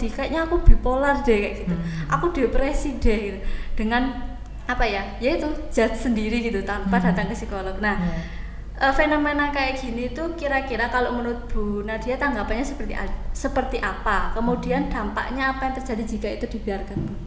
di kayaknya aku bipolar deh kayak gitu, aku depresi deh gitu. Dengan apa ya, yaitu judge sendiri gitu tanpa datang ke psikolog. Nah, fenomena kayak gini tuh kira-kira kalau menurut Bu Nadia tanggapannya seperti apa? Kemudian dampaknya apa yang terjadi jika itu dibiarkan, Bu?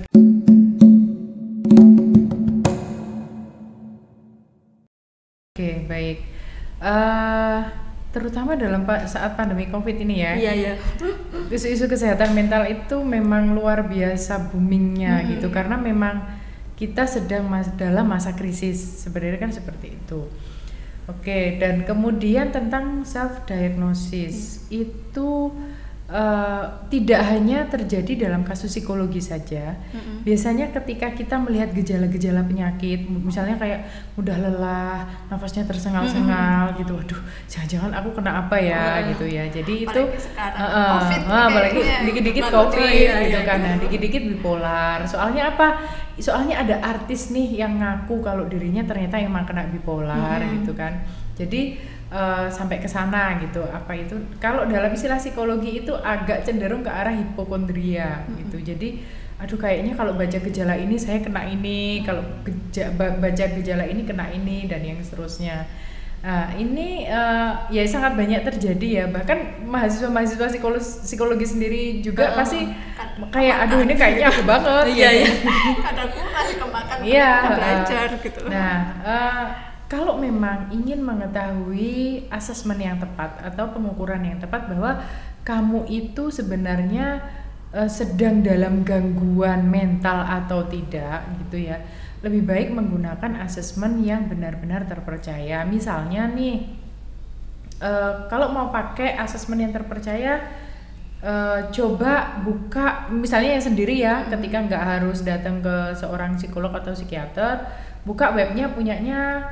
Oke, baik. Terutama dalam saat pandemi COVID ini ya. Iya. Isu-isu kesehatan mental itu memang luar biasa boomingnya gitu, karena memang kita sedang dalam masa krisis, sebenarnya kan seperti itu. Oke, dan kemudian tentang self diagnosis itu tidak hanya terjadi dalam kasus psikologi saja. Biasanya ketika kita melihat gejala-gejala penyakit, misalnya kayak mudah lelah, nafasnya tersengal-sengal gitu, waduh, jangan-jangan aku kena apa ya gitu ya. Jadi itu apalagi dikit-dikit COVID gitu kan, nah, dikit-dikit bipolar. Soalnya apa? Soalnya ada artis nih yang ngaku kalau dirinya ternyata emang kena bipolar gitu kan. Jadi sampai ke sana gitu. Apa itu? Kalau dalam istilah psikologi itu agak cenderung ke arah hipokondria gitu. Jadi aduh kayaknya kalau baca gejala ini saya kena ini, kalau baca gejala ini kena ini, dan yang seterusnya. Ini ya sangat banyak terjadi ya, bahkan mahasiswa psikologi sendiri juga pasti kayak aduh ini kayaknya aku banget. Iya. Kadang aku masih kemakan belajar gitu. Nah, kalau memang ingin mengetahui asesmen yang tepat atau pengukuran yang tepat bahwa kamu itu sebenarnya sedang dalam gangguan mental atau tidak gitu ya, lebih baik menggunakan asesmen yang benar-benar terpercaya. Misalnya nih, kalau mau pakai asesmen yang terpercaya, coba buka misalnya yang sendiri ya, ketika nggak harus datang ke seorang psikolog atau psikiater, buka webnya punyanya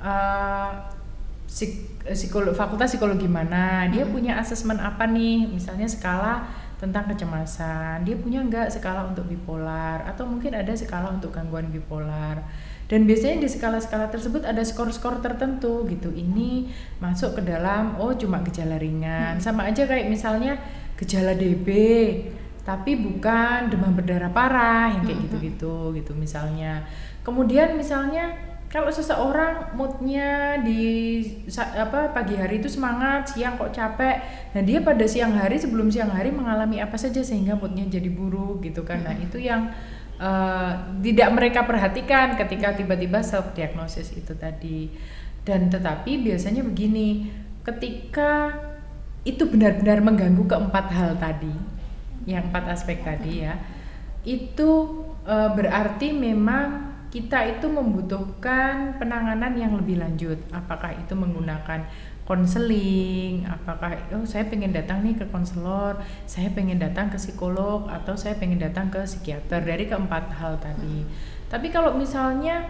fakultas psikologi mana, dia punya asesmen apa nih, misalnya skala tentang kecemasan, dia punya nggak skala untuk bipolar, atau mungkin ada skala untuk gangguan bipolar. Dan biasanya di skala-skala tersebut ada skor-skor tertentu gitu, ini masuk ke dalam cuma gejala ringan, sama aja kayak misalnya gejala DB tapi bukan demam berdarah parah yang kayak gitu-gitu gitu misalnya. Kemudian misalnya kalau seseorang moodnya di pagi hari itu semangat, siang kok capek, nah dia pada sebelum siang hari mengalami apa saja sehingga moodnya jadi buruk gitu kan. Nah itu yang tidak mereka perhatikan ketika tiba-tiba self diagnosis itu tadi. Dan tetapi biasanya begini, ketika itu benar-benar mengganggu keempat hal tadi, yang 4 aspek tadi ya, itu berarti memang kita itu membutuhkan penanganan yang lebih lanjut. Apakah itu menggunakan konseling, apakah saya pengen datang nih ke konselor, saya pengen datang ke psikolog, atau saya pengen datang ke psikiater, dari keempat hal tadi. Tapi kalau misalnya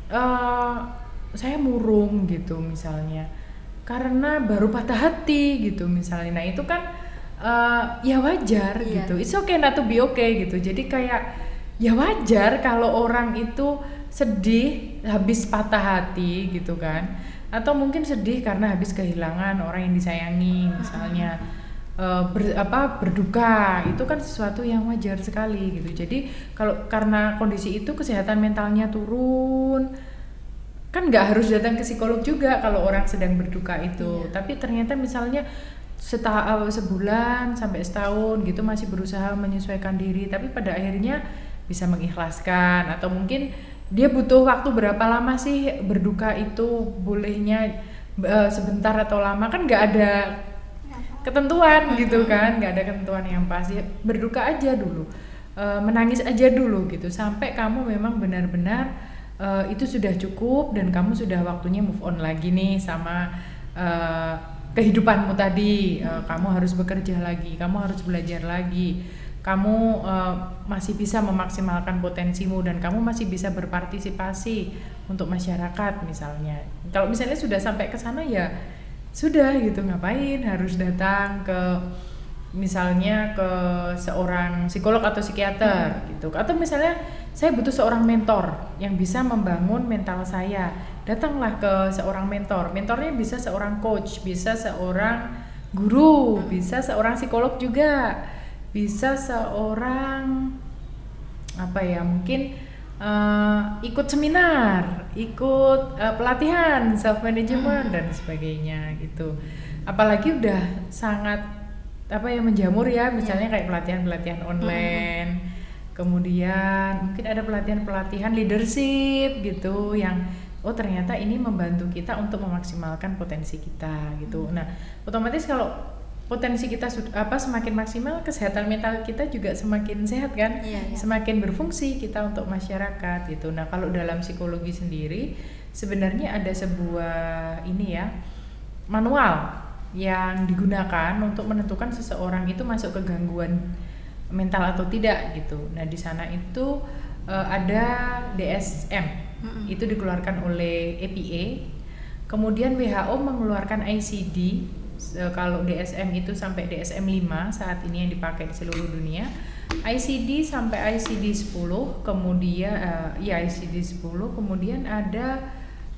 saya murung gitu misalnya, karena baru patah hati gitu misalnya, nah itu kan ya wajar gitu, it's okay not to be okay gitu. Jadi kayak ya wajar kalau orang itu sedih habis patah hati gitu kan, atau mungkin sedih karena habis kehilangan orang yang disayangi misalnya, berduka, itu kan sesuatu yang wajar sekali gitu. Jadi kalau karena kondisi itu kesehatan mentalnya turun, kan nggak harus datang ke psikolog juga kalau orang sedang berduka itu. Tapi ternyata misalnya sebulan sampai setahun gitu masih berusaha menyesuaikan diri, tapi pada akhirnya bisa mengikhlaskan, atau mungkin dia butuh waktu berapa lama sih berduka itu, bolehnya sebentar atau lama, kan nggak ada ketentuan gitu kan, nggak ada ketentuan yang pasti. Berduka aja dulu, menangis aja dulu gitu, sampai kamu memang benar-benar itu sudah cukup dan kamu sudah waktunya move on lagi nih sama kehidupanmu tadi. Kamu harus bekerja lagi, kamu harus belajar lagi, kamu masih bisa memaksimalkan potensimu, dan kamu masih bisa berpartisipasi untuk masyarakat misalnya. Kalau misalnya sudah sampai ke sana ya sudah gitu, ngapain harus datang ke misalnya ke seorang psikolog atau psikiater gitu. Atau misalnya saya butuh seorang mentor yang bisa membangun mental saya, datanglah ke seorang mentor. Mentornya bisa seorang coach, bisa seorang guru, bisa seorang psikolog juga, bisa seorang apa ya, mungkin ikut seminar, ikut pelatihan self management dan sebagainya gitu. Apalagi udah sangat apa ya, menjamur ya, misalnya kayak pelatihan online. Kemudian mungkin ada pelatihan leadership gitu yang ternyata ini membantu kita untuk memaksimalkan potensi kita gitu. Nah, otomatis kalau potensi kita semakin maksimal, kesehatan mental kita juga semakin sehat kan, semakin berfungsi kita untuk masyarakat gitu. Nah, kalau dalam psikologi sendiri sebenarnya ada sebuah manual yang digunakan untuk menentukan seseorang itu masuk ke gangguan mental atau tidak gitu. Nah, di sana itu ada DSM, itu dikeluarkan oleh EPA. Kemudian WHO mengeluarkan ICD. Kalau DSM itu sampai DSM 5 saat ini yang dipakai di seluruh dunia. ICD sampai ICD 10, kemudian ICD 10, kemudian ada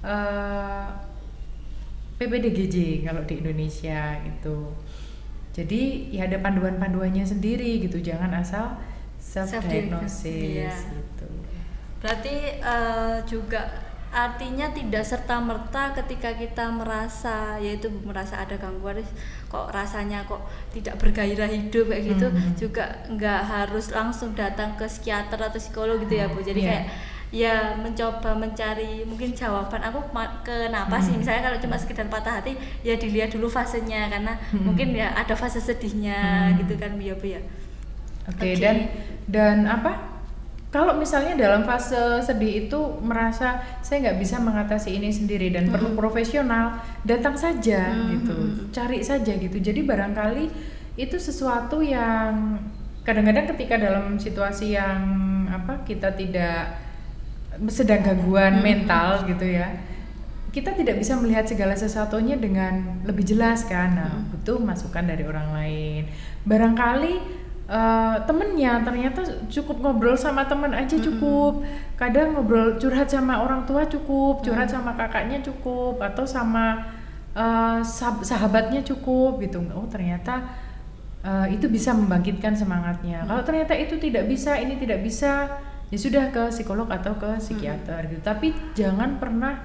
PPDGJ kalau di Indonesia gitu. Jadi ya ada panduan-panduannya sendiri gitu, jangan asal self diagnosis gitu. Berarti juga artinya tidak serta-merta ketika kita merasa ada gangguan kok rasanya kok tidak bergairah hidup kayak gitu, juga nggak harus langsung datang ke psikiater atau psikolog gitu ya Bu. Jadi kayak ya mencoba mencari mungkin jawaban aku kenapa sih, misalnya kalau cuma sekedar patah hati ya dilihat dulu fasenya, karena mungkin ya ada fase sedihnya gitu kan Bu ya. Oke. Dan apa, kalau misalnya dalam fase sedih itu merasa saya nggak bisa mengatasi ini sendiri dan perlu profesional, datang saja gitu, cari saja gitu. Jadi barangkali itu sesuatu yang kadang-kadang ketika dalam situasi yang kita tidak sedang gangguan mental gitu ya, kita tidak bisa melihat segala sesuatunya dengan lebih jelas kan. Nah, butuh masukan dari orang lain. Barangkali temennya ternyata cukup ngobrol sama teman aja cukup, kadang ngobrol curhat sama orang tua cukup, curhat sama kakaknya cukup, atau sama sahabatnya cukup gitu. Ternyata itu bisa membangkitkan semangatnya. Kalau ternyata itu tidak bisa, ini tidak bisa, ya sudah ke psikolog atau ke psikiater gitu. Tapi jangan pernah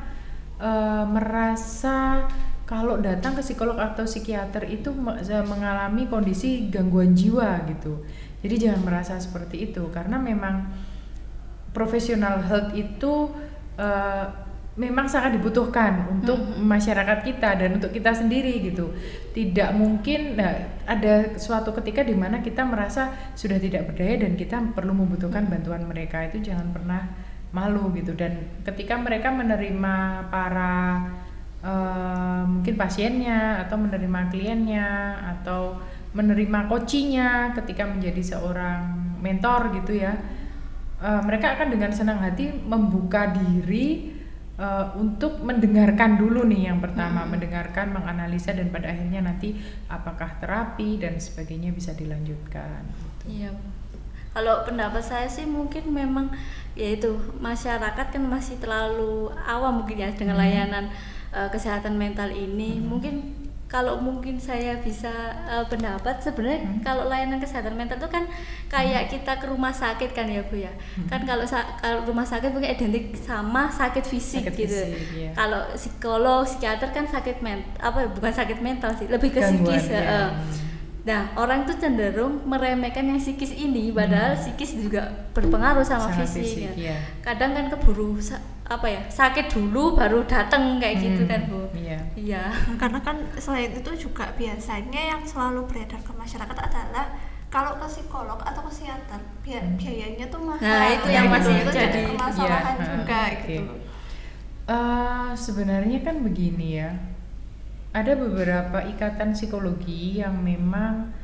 merasa kalau datang ke psikolog atau psikiater itu mengalami kondisi gangguan jiwa gitu. Jadi jangan merasa seperti itu, karena memang professional health itu memang sangat dibutuhkan untuk masyarakat kita dan untuk kita sendiri gitu. Tidak mungkin ada suatu ketika di mana kita merasa sudah tidak berdaya dan kita perlu membutuhkan bantuan mereka. Itu jangan pernah malu gitu. Dan ketika mereka menerima para mungkin pasiennya atau menerima kliennya atau menerima coachingnya ketika menjadi seorang mentor gitu ya, mereka akan dengan senang hati membuka diri untuk mendengarkan dulu nih yang pertama, mendengarkan, menganalisa, dan pada akhirnya nanti apakah terapi dan sebagainya bisa dilanjutkan gitu. Iya. Kalau pendapat saya sih mungkin memang yaitu masyarakat kan masih terlalu awam mungkin ya dengan layanan kesehatan mental ini. Mungkin kalau mungkin saya bisa pendapat sebenarnya kalau layanan kesehatan mental itu kan kayak kita ke rumah sakit kan ya Bu ya. Kan kalau rumah sakit mungkin identik sama sakit fisik gitu. Iya. Kalau psikolog, psikiater kan sakit bukan sakit mental sih, lebih ke gangguan, psikis. Nah, orang tuh cenderung meremehkan yang psikis ini, padahal psikis juga berpengaruh sama fisik. Iya. Kadang kan keburu sakit dulu baru datang kayak gitu kan Bu. Iya. Karena kan selain itu juga biasanya yang selalu beredar ke masyarakat adalah kalau ke psikolog atau ke psikiater biayanya tuh mahal. Nah, itu yang masih itu jadi permasalahan juga gitu. Sebenarnya kan begini ya. Ada beberapa ikatan psikologi yang memang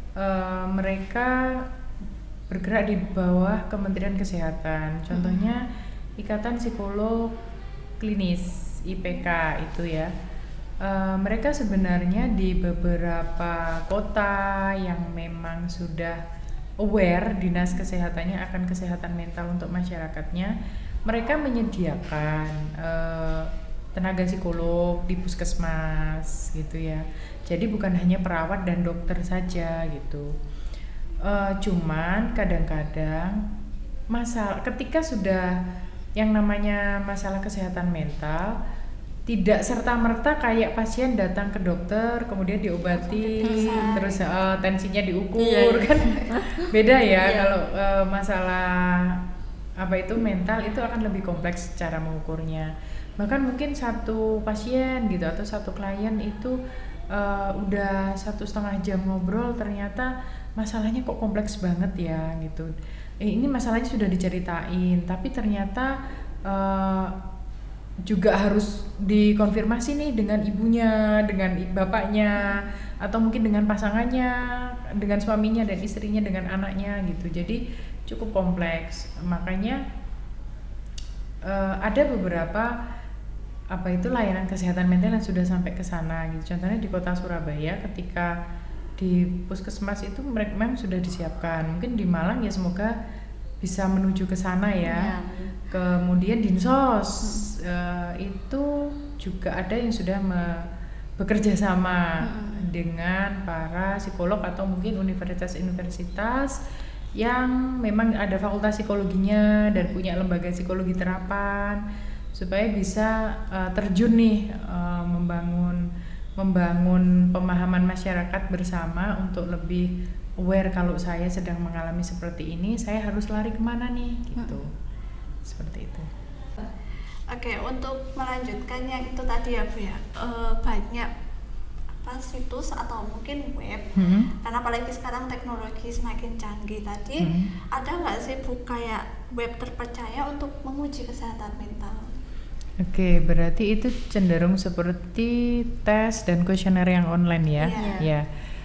mereka bergerak di bawah Kementerian Kesehatan. Contohnya Ikatan Psikolog Klinis IPK itu ya. Mereka sebenarnya di beberapa kota yang memang sudah aware dinas kesehatannya akan kesehatan mental untuk masyarakatnya, mereka menyediakan tenaga psikolog di puskesmas gitu ya. Jadi bukan hanya perawat dan dokter saja gitu. Cuman kadang-kadang ketika sudah yang namanya masalah kesehatan mental tidak serta-merta kayak pasien datang ke dokter kemudian diobati terus tensinya diukur kan beda ya. Kalau masalah apa itu mental itu akan lebih kompleks cara mengukurnya. Bahkan mungkin satu pasien gitu atau satu klien itu udah 1,5 jam ngobrol ternyata masalahnya kok kompleks banget ya gitu. Ini masalahnya sudah diceritain tapi ternyata juga harus dikonfirmasi nih dengan ibunya, dengan bapaknya, atau mungkin dengan pasangannya, dengan suaminya dan istrinya, dengan anaknya gitu. Jadi cukup kompleks. Makanya ada beberapa layanan kesehatan mental yang sudah sampai ke sana gitu. Contohnya di Kota Surabaya ketika di puskesmas itu memang sudah disiapkan. Mungkin di Malang ya semoga bisa menuju ke sana ya. Kemudian Dinsos itu juga ada yang sudah bekerja sama dengan para psikolog atau mungkin universitas-universitas yang memang ada fakultas psikologinya dan punya lembaga psikologi terapan supaya bisa terjun nih membangun pemahaman masyarakat bersama untuk lebih aware kalau saya sedang mengalami seperti ini, saya harus lari kemana nih gitu. Seperti itu. Oke, untuk melanjutkan yang itu tadi ya Bu ya, banyak situs atau mungkin web, karena apalagi sekarang teknologi semakin canggih tadi, ada nggak sih Bu kayak web terpercaya untuk menguji kesehatan mental? Oke, berarti itu cenderung seperti tes dan kuesioner yang online ya. Ya.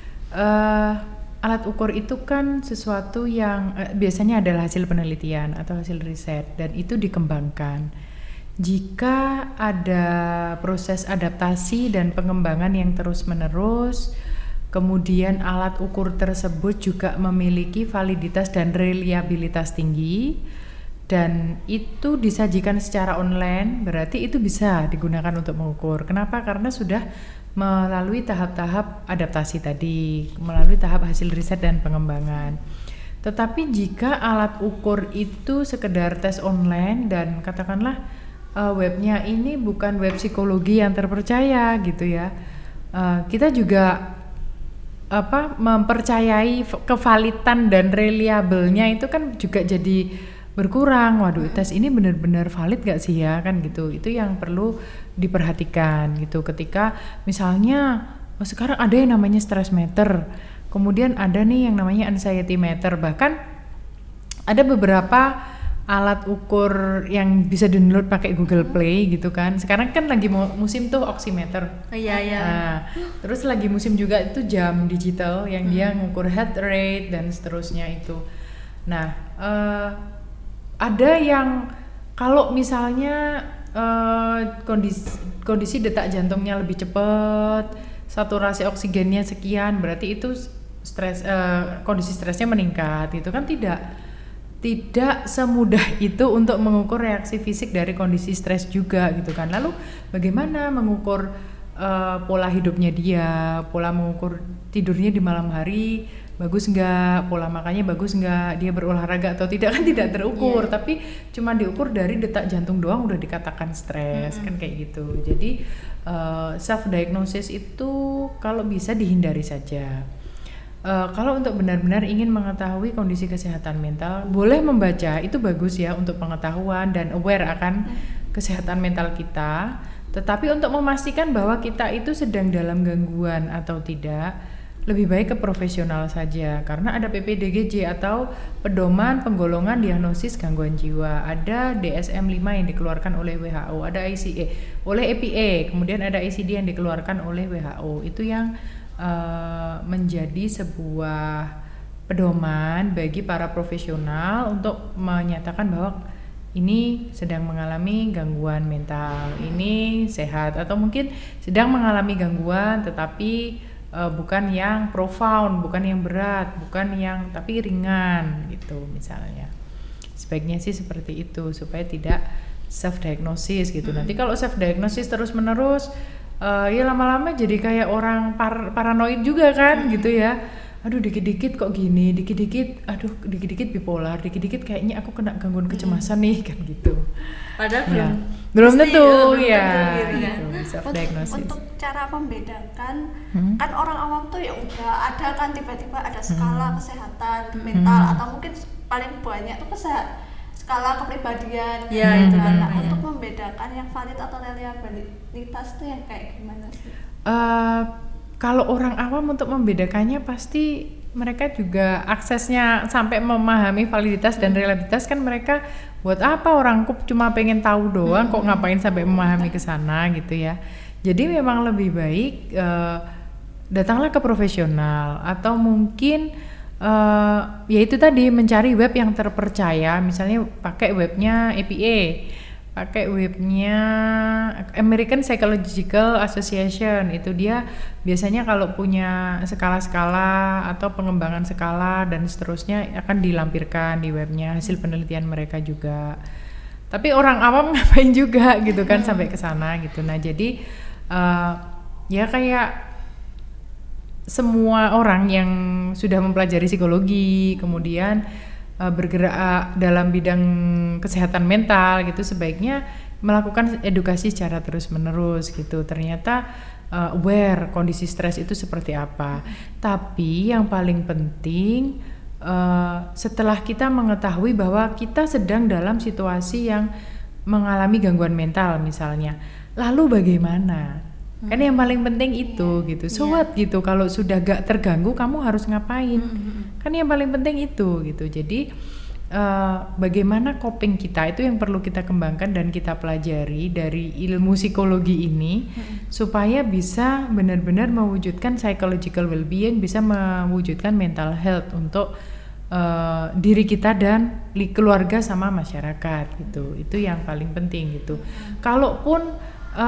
Alat ukur itu kan sesuatu yang biasanya adalah hasil penelitian atau hasil riset dan itu dikembangkan. Jika ada proses adaptasi dan pengembangan yang terus-menerus, kemudian alat ukur tersebut juga memiliki validitas dan reliabilitas tinggi dan itu disajikan secara online, berarti itu bisa digunakan untuk mengukur. Kenapa? Karena sudah melalui tahap-tahap adaptasi tadi, melalui tahap hasil riset dan pengembangan. Tetapi jika alat ukur itu sekedar tes online dan katakanlah webnya ini bukan web psikologi yang terpercaya gitu ya, kita juga mempercayai kevalitan dan reliabelnya itu kan juga jadi berkurang. Waduh, tes ini benar-benar valid gak sih ya kan gitu. Itu yang perlu diperhatikan gitu. Ketika misalnya sekarang ada yang namanya stress meter, kemudian ada nih yang namanya anxiety meter, bahkan ada beberapa alat ukur yang bisa download pakai Google Play gitu kan. Sekarang kan lagi musim tuh oximeter. Iya. Nah, terus lagi musim juga itu jam digital yang dia ngukur heart rate dan seterusnya itu. Nah, ada yang kalau misalnya kondisi detak jantungnya lebih cepat, saturasi oksigennya sekian, berarti itu kondisi stresnya meningkat. Itu kan tidak semudah itu untuk mengukur reaksi fisik dari kondisi stres juga gitu kan. Lalu bagaimana mengukur pola hidupnya dia, pola mengukur tidurnya di malam hari bagus nggak, pola makannya bagus nggak, dia berolahraga atau tidak, kan tidak terukur, tapi cuma diukur dari detak jantung doang udah dikatakan stres, kan kayak gitu. Jadi self diagnosis itu kalau bisa dihindari saja. Kalau untuk benar-benar ingin mengetahui kondisi kesehatan mental, boleh membaca, itu bagus ya untuk pengetahuan dan aware akan kesehatan mental kita. Tetapi untuk memastikan bahwa kita itu sedang dalam gangguan atau tidak, lebih baik ke profesional saja, karena ada PPDGJ atau pedoman penggolongan diagnosis gangguan jiwa, ada DSM-5 yang dikeluarkan oleh WHO, ada ICE oleh EPA, kemudian ada ICD yang dikeluarkan oleh WHO. Itu yang menjadi sebuah pedoman bagi para profesional untuk menyatakan bahwa ini sedang mengalami gangguan mental, ini sehat, atau mungkin sedang mengalami gangguan tetapi bukan yang profound, bukan yang berat, bukan yang tapi ringan gitu misalnya. Sebaiknya sih seperti itu supaya tidak self diagnosis gitu. Nanti kalau self diagnosis terus menerus ya lama-lama jadi kayak orang paranoid juga kan gitu ya. aduh dikit-dikit kok gini, dikit-dikit aduh dikit-dikit bipolar, dikit-dikit kayaknya aku kena gangguan kecemasan nih kan gitu. Padahal belum tentu ya. Self diagnosis. Untuk cara membedakan kan orang awam tuh ya udah ada kan tiba-tiba ada skala kesehatan mental atau mungkin paling banyak tuh skala kepribadian ya, itu kan. Untuk membedakan yang valid atau reliabilitas tuh yang kayak gimana sih? Kalau orang awam untuk membedakannya pasti mereka juga aksesnya sampai memahami validitas dan reliabilitas kan mereka buat apa orang cuma pengen tahu doang kok ngapain sampai memahami ke sana gitu ya. Jadi memang lebih baik datanglah ke profesional atau mungkin ya itu tadi mencari web yang terpercaya, misalnya pakai webnya APA, pakai webnya American Psychological Association. Itu dia biasanya kalau punya skala-skala atau pengembangan skala dan seterusnya akan dilampirkan di webnya hasil penelitian mereka juga. Tapi orang awam ngapain juga gitu kan sampai ke sana gitu. Nah jadi ya kayak semua orang yang sudah mempelajari psikologi kemudian bergerak dalam bidang kesehatan mental gitu sebaiknya melakukan edukasi secara terus-menerus gitu. Ternyata aware kondisi stres itu seperti apa. Tapi yang paling penting setelah kita mengetahui bahwa kita sedang dalam situasi yang mengalami gangguan mental misalnya, lalu bagaimana? Kan yang paling penting itu gitu. So what gitu, kalau sudah gak terganggu kamu harus ngapain? Kan yang paling penting itu gitu. Jadi bagaimana coping kita itu yang perlu kita kembangkan dan kita pelajari dari ilmu psikologi ini supaya bisa benar-benar mewujudkan psychological well-being, bisa mewujudkan mental health untuk diri kita dan keluarga sama masyarakat gitu. Itu yang paling penting gitu. Kalaupun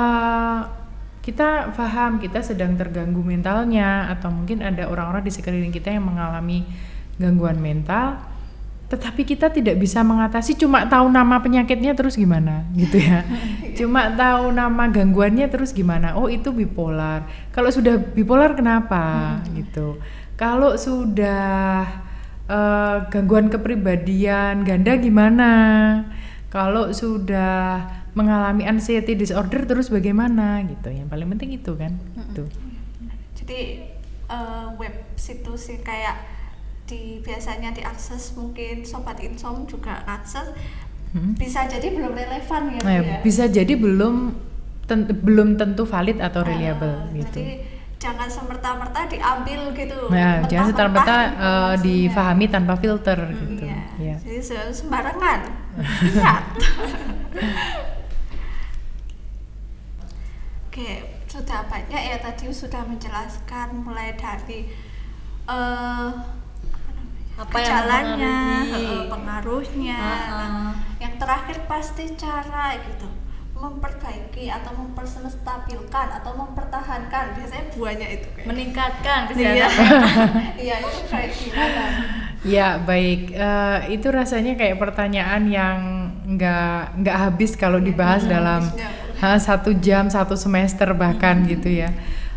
kita paham kita sedang terganggu mentalnya atau mungkin ada orang-orang di sekeliling kita yang mengalami gangguan mental, tetapi kita tidak bisa mengatasi, cuma tahu nama penyakitnya terus gimana gitu ya. Cuma tahu nama gangguannya terus gimana, oh itu bipolar. Kalau sudah bipolar kenapa gitu. Kalau sudah gangguan kepribadian ganda gimana. Kalau sudah mengalami anxiety disorder terus bagaimana gitu. Yang paling penting itu kan. Gitu. Jadi web situs yang kayak biasanya diakses mungkin Sobat Insom juga akses bisa jadi belum relevan ya, ya? Bisa jadi belum tentu valid atau reliable gitu. Jadi jangan semerta-merta diambil gitu. Nah, jangan semerta-merta difahami tanpa filter gitu. Iya. Ya. Jadi sembarangan. Lihat. Oke, sudah banyak ya tadi sudah menjelaskan mulai dari gejalanya, pengaruhnya. Nah, yang terakhir pasti cara gitu memperbaiki atau memperstabilkan atau mempertahankan, biasanya buahnya itu kayak meningkatkan kesehatan. Iya, itu kayak gimana? Ya baik, itu rasanya kayak pertanyaan yang nggak habis kalau dibahas dalam 1 jam 1 semester bahkan gitu ya.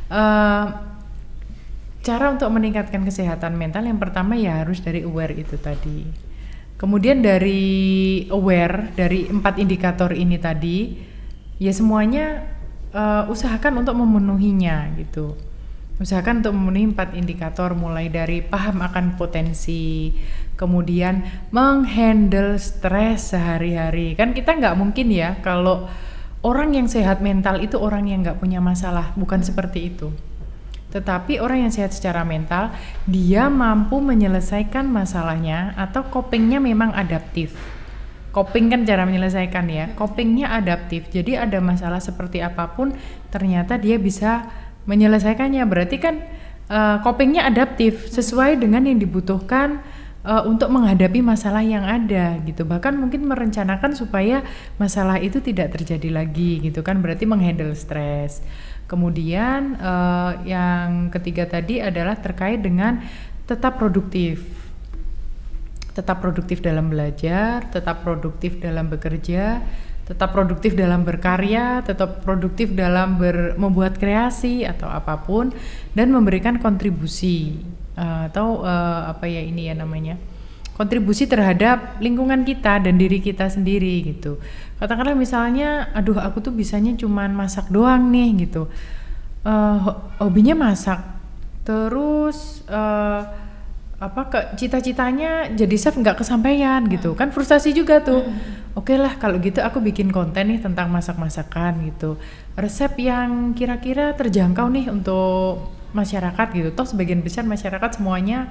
Cara untuk meningkatkan kesehatan mental yang pertama ya harus dari aware itu tadi. Kemudian dari aware dari 4 indikator ini tadi, ya semuanya usahakan untuk memenuhinya gitu. Usahakan untuk memenuhi 4 indikator, mulai dari paham akan potensi, kemudian menghandle stres sehari-hari. Kan kita nggak mungkin ya kalau orang yang sehat mental itu orang yang nggak punya masalah, bukan seperti itu. Tetapi orang yang sehat secara mental, dia mampu menyelesaikan masalahnya atau copingnya memang adaptif. Coping kan cara menyelesaikan ya, copingnya adaptif. Jadi ada masalah seperti apapun, ternyata dia bisa menyelesaikannya. Berarti kan copingnya adaptif sesuai dengan yang dibutuhkan untuk menghadapi masalah yang ada gitu. Bahkan mungkin merencanakan supaya masalah itu tidak terjadi lagi gitu kan, berarti menghandle stres. Kemudian yang ketiga tadi adalah terkait dengan tetap produktif. Tetap produktif dalam belajar, tetap produktif dalam bekerja, tetap produktif dalam berkarya, tetap produktif dalam membuat kreasi atau apapun, dan memberikan kontribusi atau apa ya ini ya namanya, kontribusi terhadap lingkungan kita dan diri kita sendiri gitu. Katakanlah misalnya, aduh aku tuh bisanya cuman masak doang nih gitu, hobinya masak, terus cita-citanya jadi chef nggak kesampaian gitu, kan frustasi juga tuh. Oke lah kalau gitu aku bikin konten nih tentang masak-masakan gitu, resep yang kira-kira terjangkau nih untuk masyarakat gitu. Toh sebagian besar masyarakat semuanya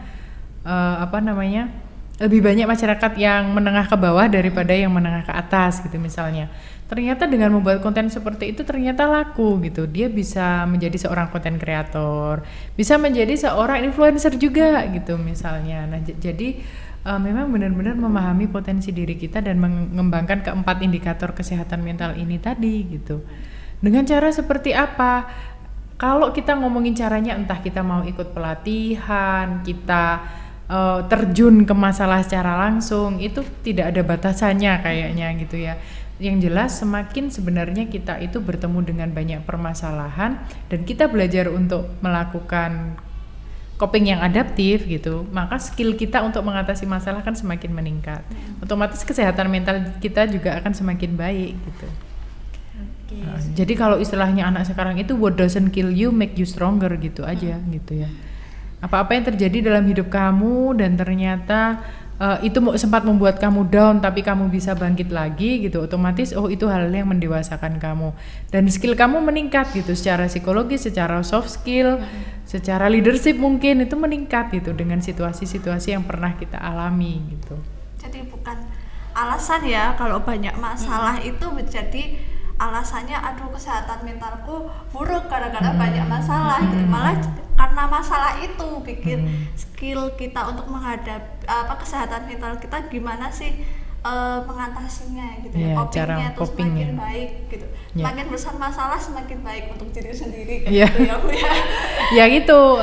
lebih banyak masyarakat yang menengah ke bawah daripada yang menengah ke atas gitu misalnya. Ternyata dengan membuat konten seperti itu ternyata laku gitu. Dia bisa menjadi seorang konten kreator, bisa menjadi seorang influencer juga gitu misalnya. Nah jadi memang benar-benar memahami potensi diri kita dan mengembangkan keempat indikator kesehatan mental ini tadi gitu. Dengan cara seperti apa? Kalau kita ngomongin caranya, entah kita mau ikut pelatihan, kita terjun ke masalah secara langsung, itu tidak ada batasannya kayaknya gitu ya. Yang jelas semakin sebenarnya kita itu bertemu dengan banyak permasalahan dan kita belajar untuk melakukan coping yang adaptif gitu, maka skill kita untuk mengatasi masalah kan semakin meningkat. Otomatis kesehatan mental kita juga akan semakin baik gitu. Jadi kalau istilahnya anak sekarang itu what doesn't kill you make you stronger gitu aja gitu ya. Apa-apa yang terjadi dalam hidup kamu dan ternyata itu sempat membuat kamu down tapi kamu bisa bangkit lagi gitu, otomatis itu hal yang mendewasakan kamu dan skill kamu meningkat gitu, secara psikologis, secara soft skill, secara leadership mungkin itu meningkat gitu dengan situasi-situasi yang pernah kita alami gitu. Jadi bukan alasan ya kalau banyak masalah itu menjadi alasannya aduh kesehatan mentalku buruk gara-gara banyak masalah gitu. Malah karena masalah itu bikin skill kita untuk menghadapi kesehatan mental kita gimana sih mengatasinya gitu ya, copingnya itu semakin baik gitu. Semakin besar masalah semakin baik untuk diri sendiri gitu ya Bu ya. Ya gitu,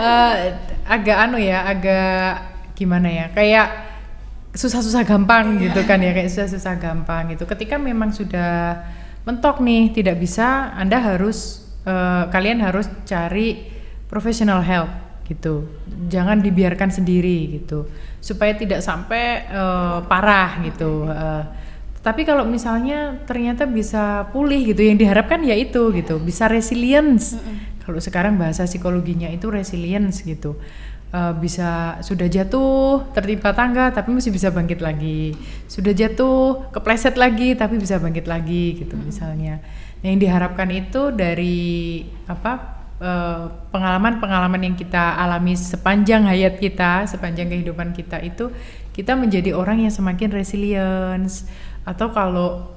agak gimana ya, kayak susah-susah gampang gitu kan ya, kayak susah-susah gampang gitu. Ketika memang sudah mentok nih tidak bisa, Anda harus kalian harus cari professional help gitu. Jangan dibiarkan sendiri gitu supaya tidak sampai parah gitu. Tapi kalau misalnya ternyata bisa pulih gitu, yang diharapkan ya itu gitu, bisa resilience. Kalau sekarang bahasa psikologinya itu resilience gitu. Bisa sudah jatuh tertimpa tangga tapi masih bisa bangkit lagi, sudah jatuh kepleset lagi tapi bisa bangkit lagi gitu misalnya. Yang diharapkan itu dari pengalaman-pengalaman yang kita alami sepanjang hayat kita, sepanjang kehidupan kita itu, kita menjadi orang yang semakin resilience, atau kalau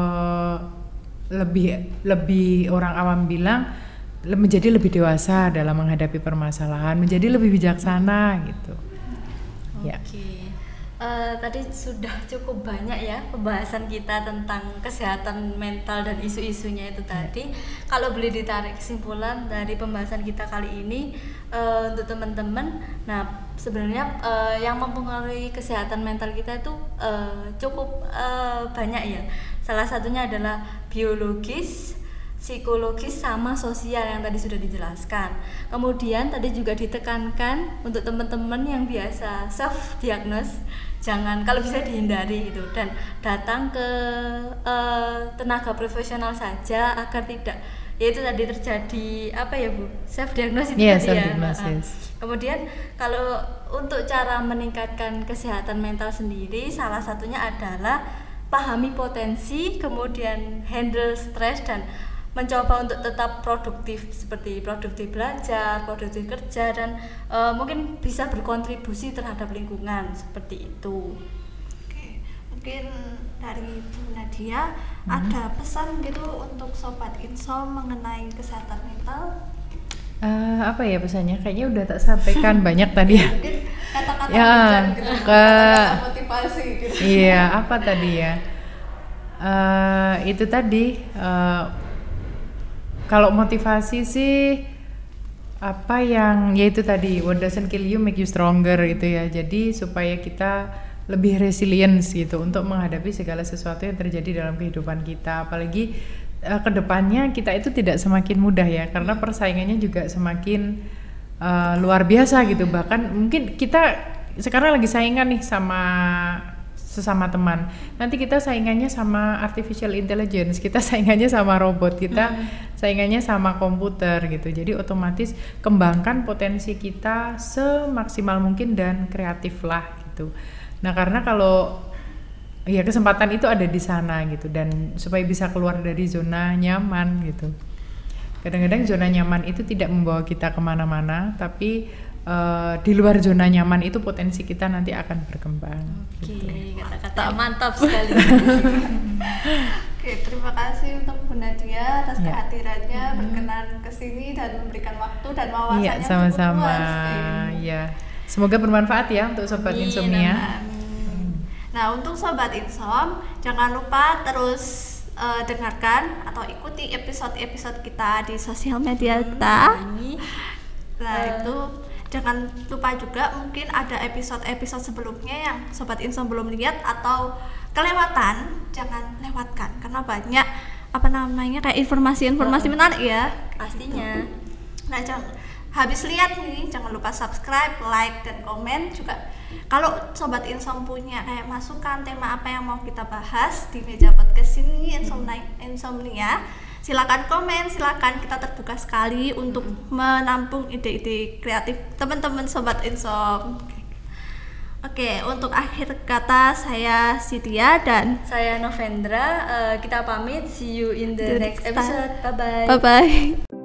lebih orang awam bilang menjadi lebih dewasa dalam menghadapi permasalahan, menjadi lebih bijaksana gitu. Oke. Tadi sudah cukup banyak ya pembahasan kita tentang kesehatan mental dan isu-isunya itu tadi. Kalau boleh ditarik kesimpulan dari pembahasan kita kali ini untuk teman-teman, nah sebenarnya yang mempengaruhi kesehatan mental kita itu cukup banyak ya. Salah satunya adalah biologis, psikologis sama sosial yang tadi sudah dijelaskan. Kemudian tadi juga ditekankan untuk teman-teman yang biasa self diagnose, jangan, kalau bisa dihindari gitu, dan datang ke tenaga profesional saja agar tidak, yaitu tadi terjadi self diagnosis tadi self-diagnosis. Kemudian kalau untuk cara meningkatkan kesehatan mental sendiri, salah satunya adalah pahami potensi, kemudian handle stres, dan mencoba untuk tetap produktif, seperti produktif belajar, produktif kerja, dan mungkin bisa berkontribusi terhadap lingkungan, seperti itu. Oke, mungkin dari Bu Nadia ada pesan gitu untuk Sobat Insom mengenai kesehatan mental? Apa ya pesannya? Kayaknya udah tak sampaikan banyak tadi ya. Mungkin kata-kata gitu, kata-kata motivasi gitu. Iya, apa tadi ya? Itu tadi. Kalau motivasi sih yaitu tadi what doesn't kill you make you stronger gitu ya. Jadi supaya kita lebih resilience gitu untuk menghadapi segala sesuatu yang terjadi dalam kehidupan kita. Apalagi kedepannya kita itu tidak semakin mudah ya, karena persaingannya juga semakin luar biasa gitu. Bahkan mungkin kita sekarang lagi saingan nih sama sesama teman. Nanti kita saingannya sama artificial intelligence, kita saingannya sama robot, kita saingannya sama komputer gitu. Jadi otomatis kembangkan potensi kita semaksimal mungkin dan kreatif lah gitu. Nah karena kalau ya kesempatan itu ada di sana gitu, dan supaya bisa keluar dari zona nyaman gitu. Kadang-kadang zona nyaman itu tidak membawa kita kemana-mana, tapi di luar zona nyaman itu potensi kita nanti akan berkembang. Oke, gitu. kata-kata mantap sekali. Oke, terima kasih untuk Bu Nadia atas kehadirannya, berkenan ke sini dan memberikan waktu dan wawasannya. Iya, sama-sama. Luas. Ya. Semoga bermanfaat ya untuk Sobat Insomnia. Nah, untuk Sobat Insom, jangan lupa terus dengarkan atau ikuti episode-episode kita di sosial media kita. Nah, itu jangan lupa juga mungkin ada episode-episode sebelumnya yang Sobat Insom belum lihat atau kelewatan, jangan lewatkan karena banyak kayak informasi-informasi menarik ya Pastinya. Nah, habis lihat nih jangan lupa subscribe, like, dan komen juga. Kalau Sobat Insom punya kayak masukan tema apa yang mau kita bahas di meja podcast ini Insomnia, silakan komen, silakan, kita terbuka sekali untuk menampung ide-ide kreatif teman-teman Sobat Insom. Oke, untuk akhir kata saya Sidia dan Saya Novendra, kita pamit, see you in the next episode. Bye bye. Bye bye.